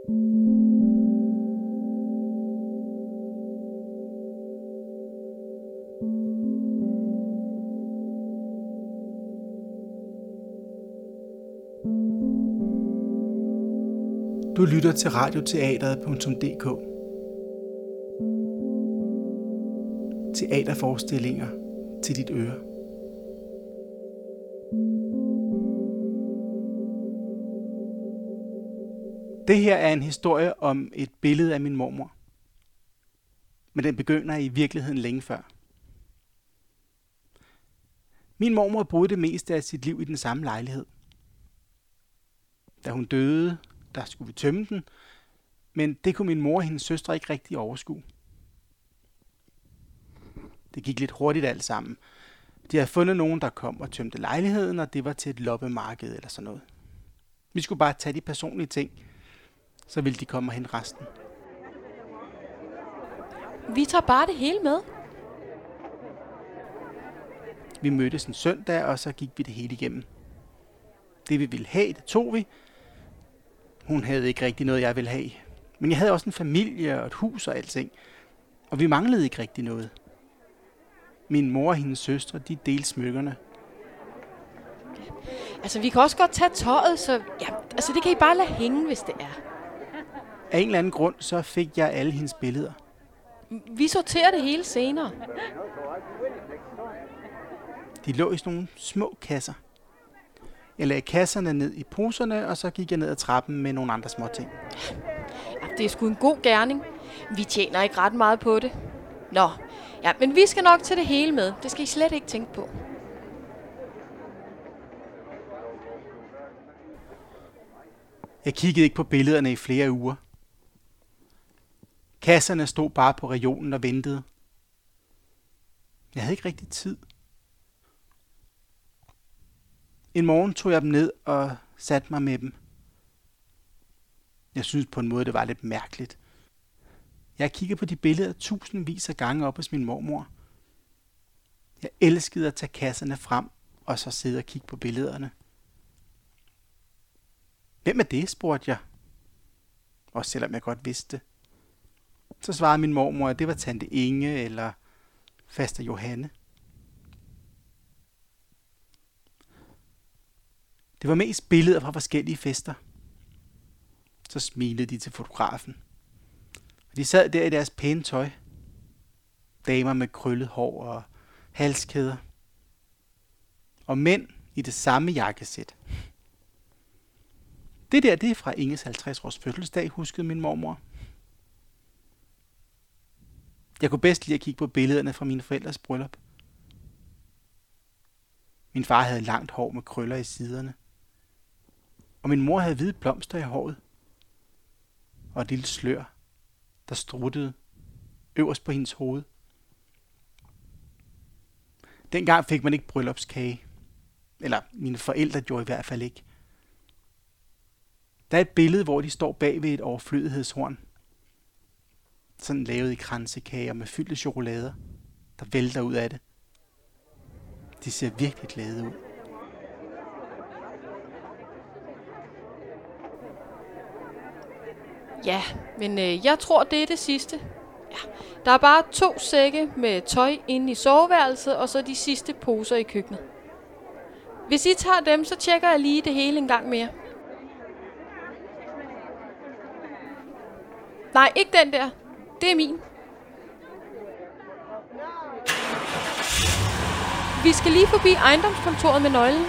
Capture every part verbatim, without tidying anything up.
Du lytter til radioteatret punktum d k. Teaterforestillinger til dit øre. Det her er en historie om et billede af min mormor. Men den begynder i virkeligheden længe før. Min mormor boede det meste af sit liv i den samme lejlighed. Da hun døde, der skulle vi tømme den, men det kunne min mor og hendes søstre ikke rigtig overskue. Det gik lidt hurtigt alt sammen. De havde fundet nogen, der kom og tømte lejligheden, og det var til et loppemarked eller sådan noget. Vi skulle bare tage de personlige ting, så ville de komme og hente resten. Vi tager bare det hele med. Vi mødtes en søndag, og så gik vi det hele igennem. Det vi ville have, det tog vi. Hun havde ikke rigtig noget, jeg ville have. Men jeg havde også en familie og et hus og alting. Og vi manglede ikke rigtig noget. Min mor og hendes søstre, de delte smykkerne. Altså, vi kan også godt tage tøjet, så ja, altså, det kan I bare lade hænge, hvis det er. Af en eller anden grund, så fik jeg alle hendes billeder. Vi sorterer det hele senere. De lå i sådan nogle små kasser. Jeg lagde kasserne ned i poserne, og så gik jeg ned ad trappen med nogle andre små ting. Ja, det er sgu en god gerning. Vi tjener ikke ret meget på det. Nå, ja, men vi skal nok til det hele med. Det skal I slet ikke tænke på. Jeg kiggede ikke på billederne i flere uger. Kasserne stod bare på reolen og ventede. Jeg havde ikke rigtig tid. En morgen tog jeg dem ned og satte mig med dem. Jeg synes på en måde, det var lidt mærkeligt. Jeg kiggede på de billeder tusindvis af gange op hos min mormor. Jeg elskede at tage kasserne frem og så sidde og kigge på billederne. Hvem er det, spurgte jeg. Også selvom jeg godt vidste det. Så svarede min mormor, at det var tante Inge eller faster Johanne. Det var mest billeder fra forskellige fester. Så smilede de til fotografen. Og de sad der i deres pæne tøj. Damer med krøllet hår og halskæder. Og mænd i det samme jakkesæt. Det der, det er fra Inges halvtreds års fødselsdag, huskede min mormor. Jeg kunne bedst lide at kigge på billederne fra mine forældres bryllup. Min far havde langt hår med krøller i siderne. Og min mor havde hvide blomster i håret. Og et lille slør, der struttede øverst på hendes hoved. Dengang fik man ikke bryllupskage. Eller mine forældre gjorde i hvert fald ikke. Der er et billede, hvor de står bag ved et overflødighedshorn. Sådan lavet i kransekager med fyldte chokolader, der vælter ud af det. De ser virkelig glade ud. Ja, men øh, jeg tror, det er det sidste. Ja, der er bare to sække med tøj inde i soveværelset, og så de sidste poser i køkkenet. Hvis I tager dem, så tjekker jeg lige det hele en gang mere. Nej, ikke den der. Det er min. Vi skal lige forbi ejendomskontoret med nøglen.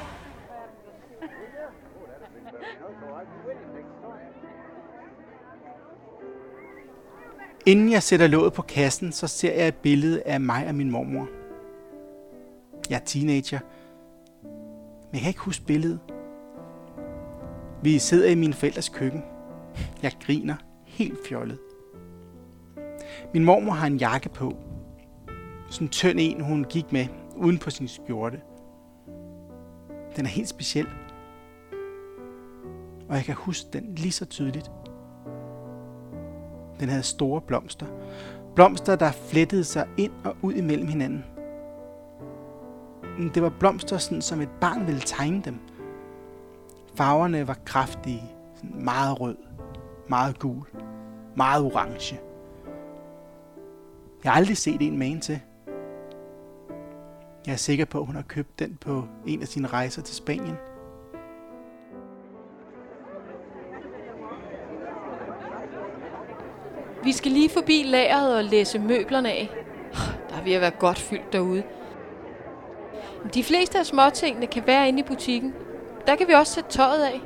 Inden jeg sætter låget på kassen, så ser jeg et billede af mig og min mormor. Jeg er teenager, men jeg kan ikke huske billedet. Vi sidder i mine forældres køkken. Jeg griner helt fjollet. Min mormor har en jakke på. Sådan en tynd en, hun gik med uden på sin skjorte. Den er helt speciel. Og jeg kan huske den lige så tydeligt. Den havde store blomster. Blomster, der flettede sig ind og ud imellem hinanden. Det var blomster, sådan, som et barn ville tegne dem. Farverne var kraftige, sådan meget rød, meget gul, meget orange. Jeg har aldrig set en magen til. Jeg er sikker på, at hun har købt den på en af sine rejser til Spanien. Vi skal lige forbi lageret og læsse møblerne af. Der er ved at være godt fyldt derude. De fleste af småtingene kan være inde i butikken. Der kan vi også sætte tøjet af.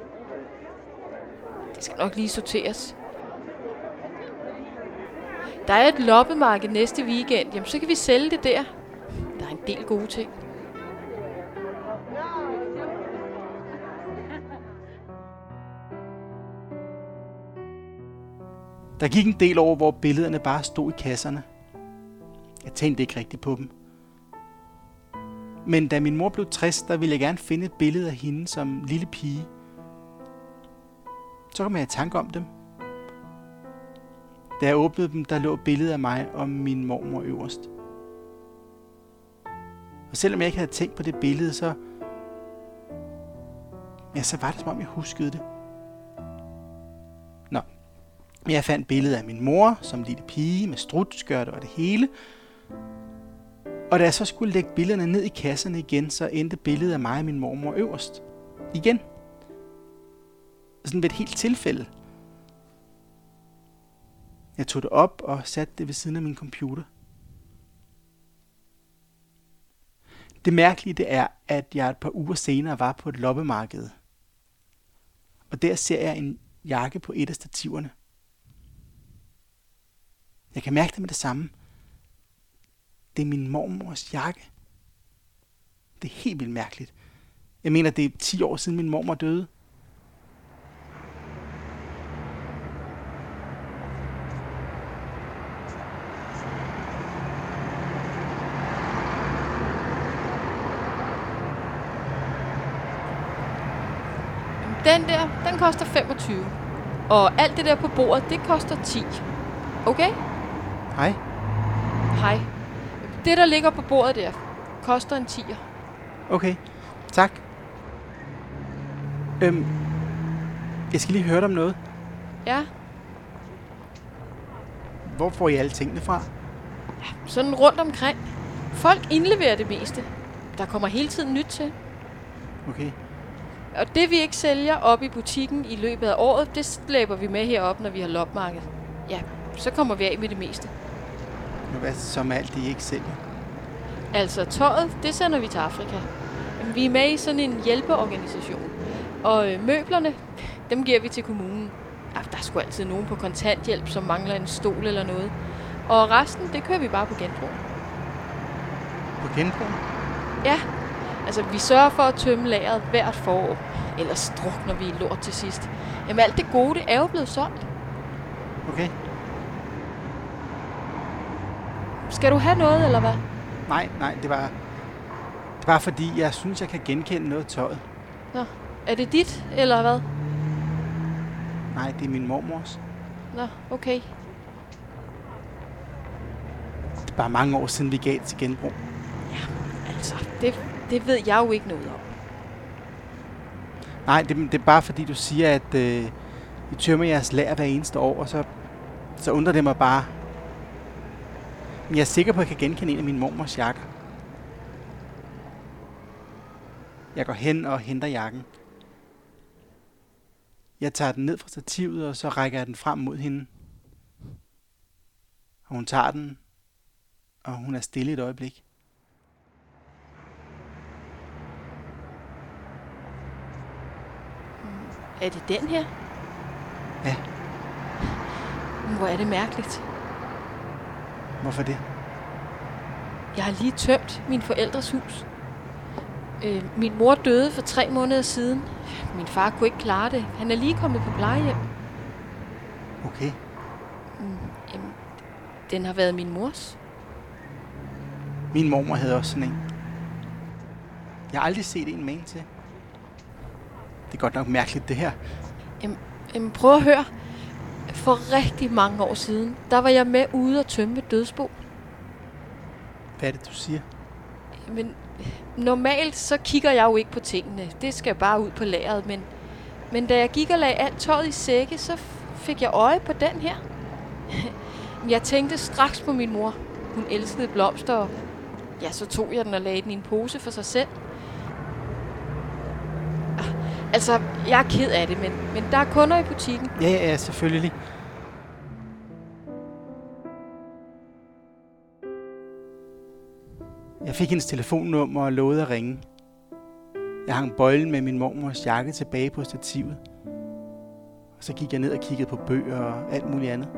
Det skal nok lige sorteres. Der er et loppemarked næste weekend. Jamen, så kan vi sælge det der. Der er en del gode ting. Der gik en del over, hvor billederne bare stod i kasserne. Jeg tænkte ikke rigtigt på dem. Men da min mor blev tres, der ville jeg gerne finde et billede af hende som lille pige. Så kom jeg i tanke om dem. Da jeg åbnede dem, der lå billedet af mig og min mormor øverst. Og selvom jeg ikke havde tænkt på det billede, så, ja, så var det som om jeg huskede det. Nå, jeg fandt billedet af min mor som lille pige med strutskørte og det hele. Og da jeg så skulle lægge billederne ned i kasserne igen, så endte billedet af mig og min mormor øverst. Igen. Sådan ved et helt tilfælde. Jeg tog det op og satte det ved siden af min computer. Det mærkelige det er, at jeg et par uger senere var på et loppemarked. Og der ser jeg en jakke på et af stativerne. Jeg kan mærke det med det samme. Det er min mormors jakke. Det er helt vildt mærkeligt. Jeg mener, det er ti år siden min mormor døde. Den der, den koster femogtyve. Og alt det der på bordet, det koster ti. Okay? Hej. Hej. Det, der ligger på bordet der, koster en tier. Okay, tak. Øhm, jeg skal lige høre dig om noget. Ja. Hvor får I alle tingene fra? Sådan rundt omkring. Folk indleverer det meste. Der kommer hele tiden nyt til. Okay. Og det, vi ikke sælger op i butikken i løbet af året, det slæber vi med herop, når vi har lopmarked. Ja, så kommer vi af med det meste. Og hvad så med alt det, I ikke sælger? Altså tøjet, det sender vi til Afrika. Vi er med i sådan en hjælpeorganisation. Og øh, møblerne, dem giver vi til kommunen. Ja, der er sgu altid nogen på kontanthjælp, som mangler en stol eller noget. Og resten, det kører vi bare på genbrug. På genbrug? Ja, altså vi sørger for at tømme lageret hvert forår. Ellers drukner vi i lort til sidst. Jamen alt det gode, det er jo blevet solgt. Okay. Skal du have noget, eller hvad? Nej, nej, det var, det var fordi, jeg synes, jeg kan genkende noget af tøjet. Nå, er det dit, eller hvad? Nej, det er min mormors. Nå, okay. Det er bare mange år siden, vi gav det til genbrug. Ja, altså, det, det ved jeg jo ikke noget om. Nej, det, det er bare fordi, du siger, at øh, I tømmer jeres lager hver eneste år, og så, så undrer det mig bare. Men jeg er sikker på, at jeg kan genkende en af min mormors jakker. Jeg går hen og henter jakken. Jeg tager den ned fra stativet, og så rækker jeg den frem mod hende. Og hun tager den, og hun er stille et øjeblik. Er det den her? Ja. Hvor er det mærkeligt. Hvorfor det? Jeg har lige tømt min forældres hus. Øh, min mor døde for tre måneder siden. Min far kunne ikke klare det. Han er lige kommet på plejehjem. Okay. Mm, jamen, den har været min mors. Min mormor havde også sådan en. Jeg har aldrig set en magen til. Det er godt nok mærkeligt, det her. Jamen, jamen prøv at høre. For rigtig mange år siden, der var jeg med ude og tømme et dødsbo. Hvad er det, du siger? Men normalt så kigger jeg jo ikke på tingene. Det skal bare ud på lageret. Men, men da jeg gik og lagde alt tøjet i sække, så fik jeg øje på den her. Jeg tænkte straks på min mor. Hun elskede blomster, og ja, så tog jeg den og lagde den i en pose for sig selv. Altså, jeg er ked af det, men, men der er kunder i butikken. Ja, ja, selvfølgelig. Jeg fik hendes telefonnummer og lovede at ringe. Jeg hang bøjlen med min mormors jakke tilbage på stativet. Og så gik jeg ned og kiggede på bøger og alt muligt andet.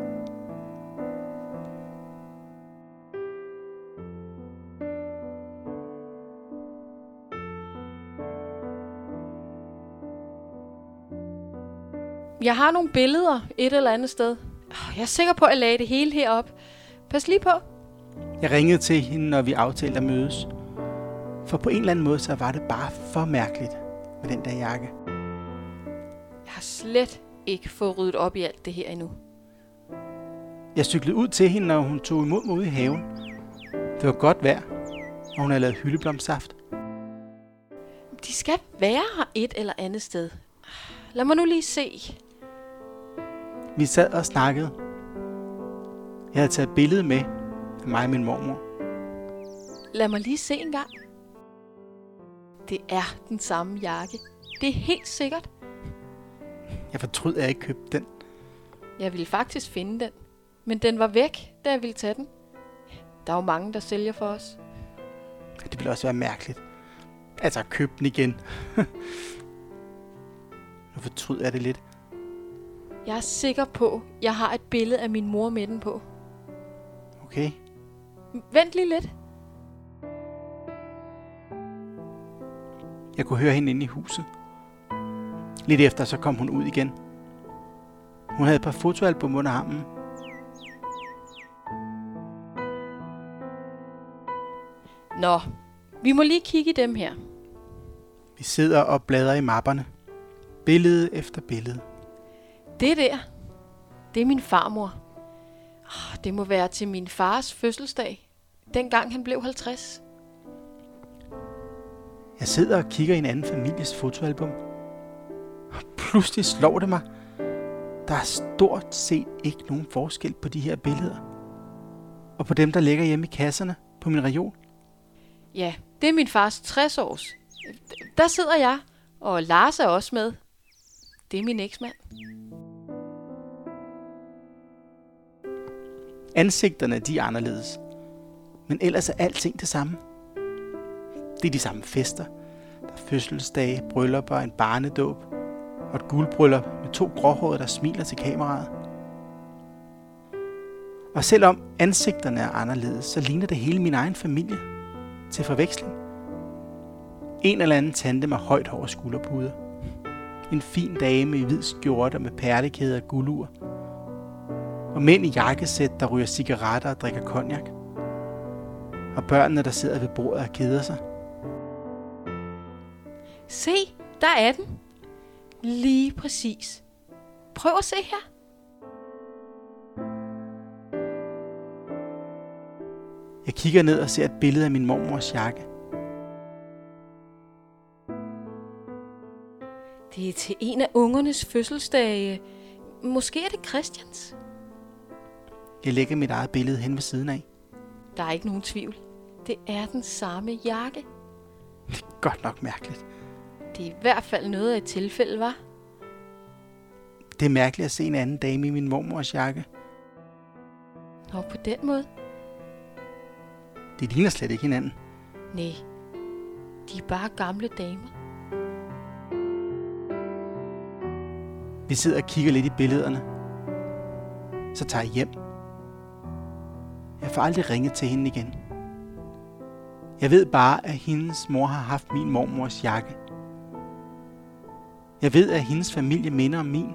Jeg har nogle billeder et eller andet sted. Jeg er sikker på, at jeg lagde det hele herop. Pas lige på. Jeg ringede til hende, når vi aftalte at mødes. For på en eller anden måde, så var det bare for mærkeligt med den der jakke. Jeg har slet ikke fået ryddet op i alt det her endnu. Jeg cyklede ud til hende, når hun tog imod mig ude i haven. Det var godt vejr, og hun havde lavet hyldeblomstsaft. De skal være her et eller andet sted. Lad mig nu lige se. Vi sad og snakkede. Jeg havde taget et billede med af mig og min mormor. Lad mig lige se en gang. Det er den samme jakke. Det er helt sikkert. Jeg fortrød, at jeg ikke købte den. Jeg ville faktisk finde den. Men den var væk, da jeg ville tage den. Der er jo mange, der sælger for os. Det ville også være mærkeligt. Altså at købe den igen. Nu fortryder jeg det lidt. Jeg er sikker på, at jeg har et billede af min mor med den på. Okay. Vent lige lidt. Jeg kunne høre hende inde i huset. Lidt efter så kom hun ud igen. Hun havde et par fotoalbum under armen. Nå, vi må lige kigge i dem her. Vi sidder og bladrer i mapperne. Billede efter billede. Det der, det er min farmor. Det må være til min fars fødselsdag, dengang han blev halvtreds. Jeg sidder og kigger i en anden families fotoalbum. Og pludselig slår det mig. Der er stort set ikke nogen forskel på de her billeder. Og på dem, der ligger hjemme i kasserne på min reol. Ja, det er min fars tres års. Der sidder jeg, og Lars er også med. Det er min eksmand. Ansigterne, de er anderledes. Men ellers er alting det samme. Det er de samme fester. Der er fødselsdage, bryllupper, en barnedåb og et guldbryllup med to gråhårede, der smiler til kameraet. Og selvom ansigterne er anderledes, så ligner det hele min egen familie til forveksling. En eller anden tante med højt hår og skulderpuder. En fin dame i hvid skjorte med perlekæder og guldur. Og mænd i jakkesæt, der ryger cigaretter og drikker cognac. Og børnene, der sidder ved bordet og keder sig. Se, der er den. Lige præcis. Prøv at se her. Jeg kigger ned og ser et billede af min mormors jakke. Det er til en af ungernes fødselsdage. Måske er det Christians. Jeg lægger mit eget billede hen ved siden af. Der er ikke nogen tvivl. Det er den samme jakke. Det er godt nok mærkeligt. Det er i hvert fald noget af et tilfælde, var. Det er mærkeligt at se en anden dame i min mormors jakke. Og på den måde? De ligner slet ikke hinanden. Nej, de er bare gamle damer. Vi sidder og kigger lidt i billederne. Så tager jeg hjem. Jeg får aldrig ringet til hende igen. Jeg ved bare, at hendes mor har haft min mormors jakke. Jeg ved, at hendes familie minder om min.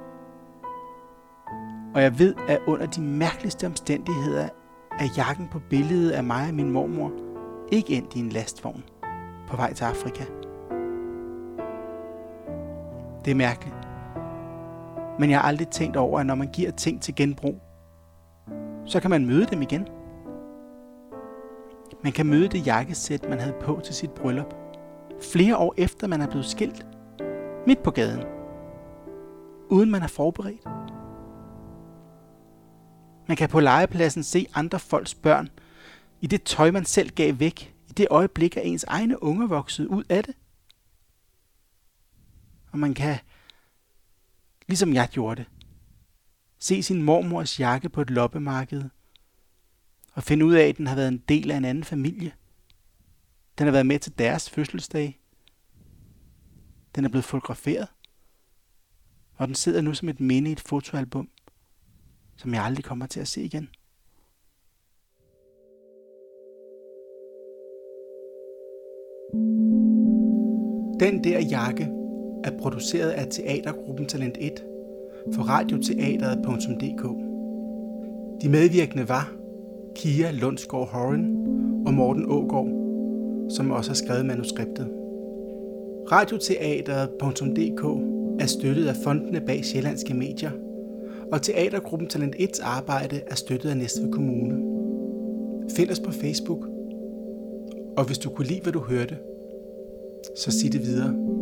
Og jeg ved, at under de mærkeligste omstændigheder er jakken på billedet af mig og min mormor ikke endt i en lastvogn på vej til Afrika. Det er mærkeligt. Men jeg har aldrig tænkt over, at når man giver ting til genbrug, så kan man møde dem igen. Man kan møde det jakkesæt, man havde på til sit bryllup. Flere år efter man er blevet skilt. Midt på gaden. Uden man er forberedt. Man kan på legepladsen se andre folks børn i det tøj, man selv gav væk, i det øjeblik, at ens egne unger voksede ud af det. Og man kan, ligesom jeg gjorde det, se sin mormors jakke på et loppemarked og finde ud af, at den har været en del af en anden familie. Den har været med til deres fødselsdag. Den er blevet fotograferet. Og den sidder nu som et minde i et fotoalbum, som jeg aldrig kommer til at se igen. Den der jakke er produceret af teatergruppen Talent et for radioteateret punktum d k. De medvirkende var Kia Lundsgaard Horren og Morten Aagaard, som også har skrevet manuskriptet. radioteateret punktum d k er støttet af fondene bag Sjællandske Medier, og teatergruppen Talent et's arbejde er støttet af Næstved Kommune. Find os på Facebook, og hvis du kunne lide, hvad du hørte, så sig det videre.